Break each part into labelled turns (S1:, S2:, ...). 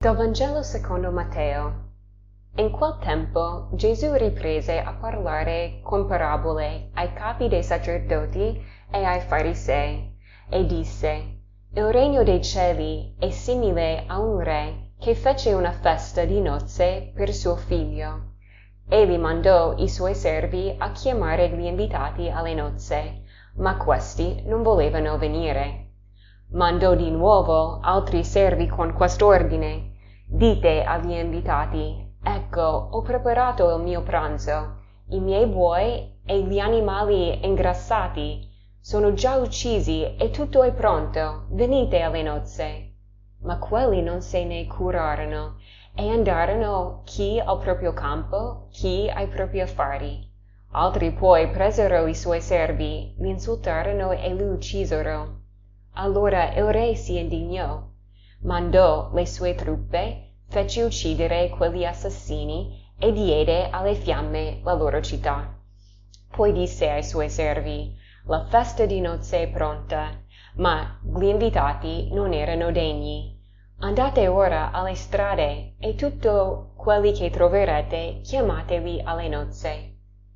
S1: Dal Vangelo secondo Matteo. In quel tempo Gesù riprese a parlare con parabole ai capi dei sacerdoti e ai farisei, e disse: Il regno dei cieli è simile a un re che fece una festa di nozze per suo figlio. Egli mandò i suoi servi a chiamare gli invitati alle nozze, ma questi non volevano venire. Mandò di nuovo altri servi con quest'ordine: Dite agli invitati: Ecco, ho preparato il mio pranzo, i miei buoi e gli animali ingrassati sono già uccisi e tutto è pronto, venite alle nozze. Ma quelli non se ne curarono e andarono chi al proprio campo, chi ai propri affari. Altri poi presero i suoi servi, li insultarono e li uccisero. Allora il re si indignò, mandò le sue truppe, fece uccidere quegli assassini e diede alle fiamme la loro città. Poi disse ai suoi servi: La festa di nozze è pronta, ma gli invitati non erano degni. Andate ora alle strade e tutti quelli che troverete chiamateli alle nozze.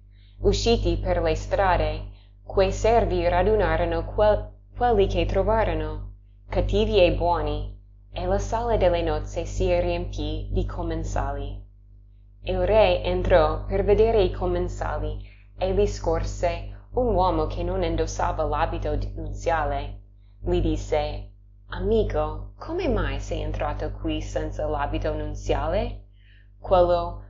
S1: Usciti per le strade, quei servi radunarono quelli che trovarono, cattivi e buoni, e la sala delle nozze si riempì di commensali. Il re entrò per vedere i commensali e gli scorse un uomo che non indossava l'abito nuziale. Gli disse: Amico, come mai sei entrato qui senza l'abito nuziale? Quello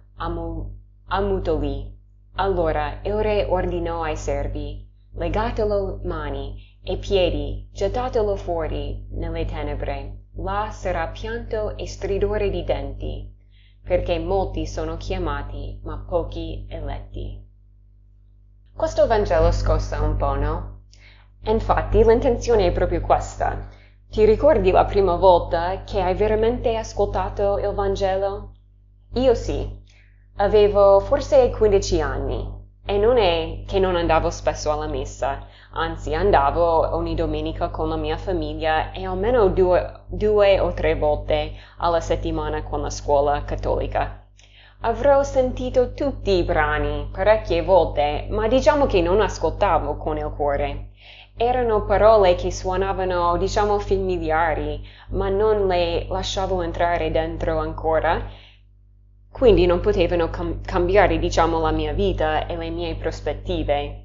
S1: ammutolì. Allora il re ordinò ai servi: Legatelo mani e piedi, gettatelo fuori nelle tenebre. Là sarà pianto e stridore di denti, perché molti sono chiamati, ma pochi eletti. Questo Vangelo scossa un po', no? Infatti l'intenzione è proprio questa. Ti ricordi la prima volta che hai veramente ascoltato il Vangelo? Io sì. Avevo forse 15 anni e non è che non andavo spesso alla messa, anzi andavo ogni domenica con la mia famiglia e almeno due o tre volte alla settimana con la scuola cattolica. Avrò sentito tutti i brani parecchie volte, ma diciamo che non ascoltavo con il cuore. Erano parole che suonavano, familiari, ma non le lasciavo entrare dentro ancora. Quindi non potevano cambiare, la mia vita e le mie prospettive.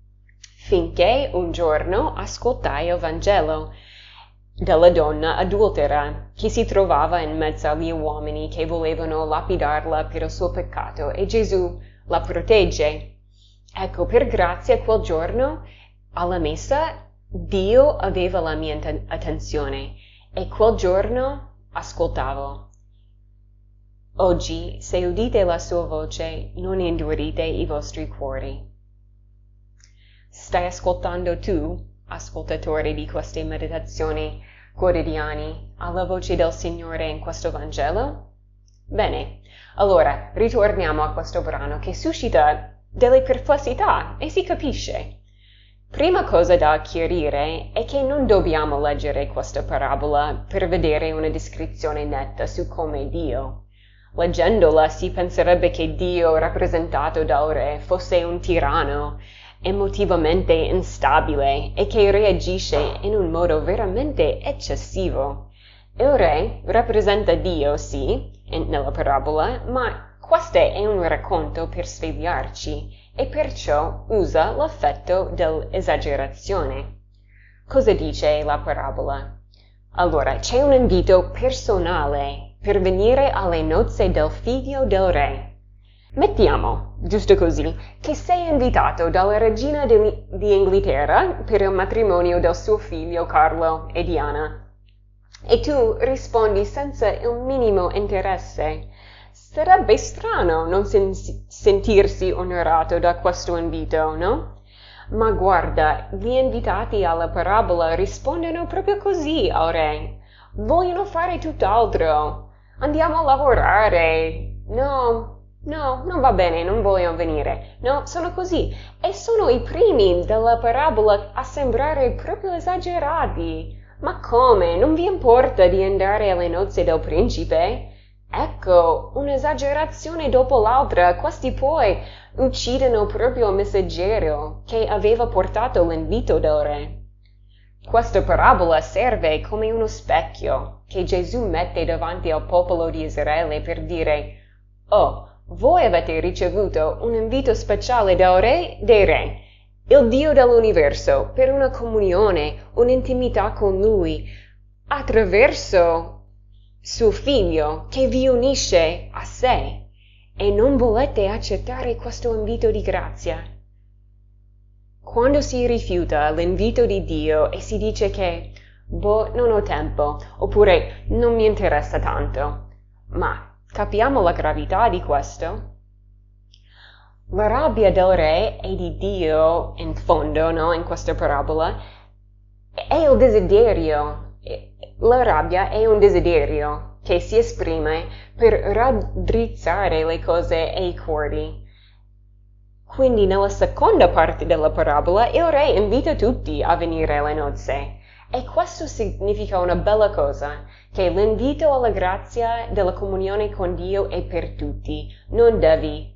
S1: Finché un giorno ascoltai il Vangelo della donna adultera che si trovava in mezzo agli uomini che volevano lapidarla per il suo peccato e Gesù la protegge. Ecco, per grazia quel giorno alla messa Dio aveva la mia attenzione e quel giorno ascoltavo. Oggi, se udite la sua voce, non indurite i vostri cuori. Stai ascoltando tu, ascoltatore di queste meditazioni quotidiane, alla voce del Signore in questo Vangelo? Bene, allora ritorniamo a questo brano che suscita delle perplessità e si capisce. Prima cosa da chiarire è che non dobbiamo leggere questa parabola per vedere una descrizione netta su come Dio. Leggendola si penserebbe che Dio, rappresentato dal re, fosse un tiranno, emotivamente instabile e che reagisce in un modo veramente eccessivo. Il re rappresenta Dio, sì, nella parabola, ma questo è un racconto per svegliarci e perciò usa l'effetto dell'esagerazione. Cosa dice la parabola? Allora, c'è un invito personale per venire alle nozze del figlio del re. Mettiamo, giusto così, che sei invitato dalla regina di Inghilterra per il matrimonio del suo figlio Carlo e Diana. E tu rispondi senza il minimo interesse. Sarebbe strano non sentirsi onorato da questo invito, no? Ma guarda, gli invitati alla parabola rispondono proprio così al re. Vogliono fare tutt'altro. Andiamo a lavorare. No, non va bene, non voglio venire. No, sono così. E sono i primi della parabola a sembrare proprio esagerati. Ma come? Non vi importa di andare alle nozze del principe? Ecco, un'esagerazione dopo l'altra, questi poi uccidono proprio il messaggero che aveva portato l'invito del re. Questa parabola serve come uno specchio che Gesù mette davanti al popolo di Israele per dire: «Oh, voi avete ricevuto un invito speciale dal Re dei Re, il Dio dell'universo, per una comunione, un'intimità con Lui, attraverso suo Figlio che vi unisce a sé, e non volete accettare questo invito di grazia». Quando si rifiuta l'invito di Dio e si dice che non ho tempo, oppure non mi interessa tanto, ma capiamo la gravità di questo? La rabbia del re e di Dio, in fondo, no, in questa parabola, è il desiderio. La rabbia è un desiderio che si esprime per raddrizzare le cose e i cuori. Quindi nella seconda parte della parabola il re invita tutti a venire alle nozze. E questo significa una bella cosa, che l'invito alla grazia della comunione con Dio è per tutti. Non devi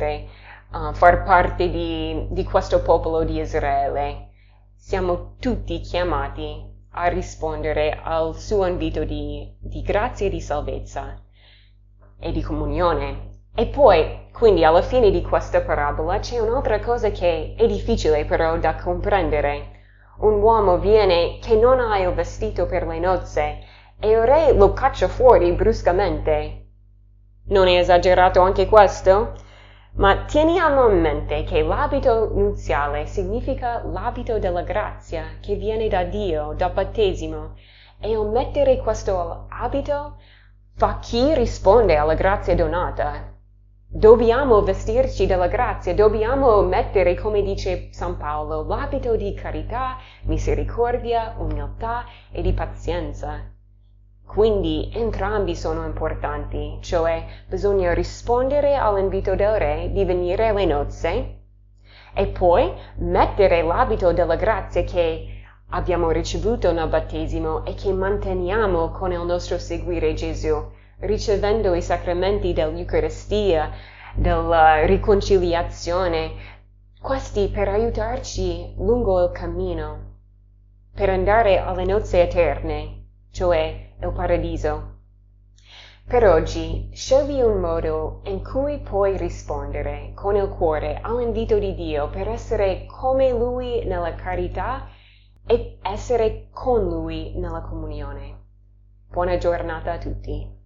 S1: far parte di questo popolo di Israele. Siamo tutti chiamati a rispondere al suo invito di grazia e di salvezza e di comunione. E poi, quindi alla fine di questa parabola c'è un'altra cosa che è difficile però da comprendere. Un uomo viene che non ha il vestito per le nozze e il re lo caccia fuori bruscamente. Non è esagerato anche questo? Ma teniamo in mente che l'abito nuziale significa l'abito della grazia che viene da Dio, dal battesimo, e omettere questo abito fa chi risponde alla grazia donata. Dobbiamo vestirci della grazia, dobbiamo mettere, come dice San Paolo, l'abito di carità, misericordia, umiltà e di pazienza. Quindi entrambi sono importanti, cioè bisogna rispondere all'invito del re di venire alle nozze e poi mettere l'abito della grazia che abbiamo ricevuto nel battesimo e che manteniamo con il nostro seguire Gesù, ricevendo i sacramenti dell'Eucaristia, della riconciliazione, questi per aiutarci lungo il cammino, per andare alle nozze eterne, cioè il paradiso. Per oggi scegli un modo in cui puoi rispondere con il cuore all'invito di Dio per essere come Lui nella carità e essere con Lui nella comunione. Buona giornata a tutti.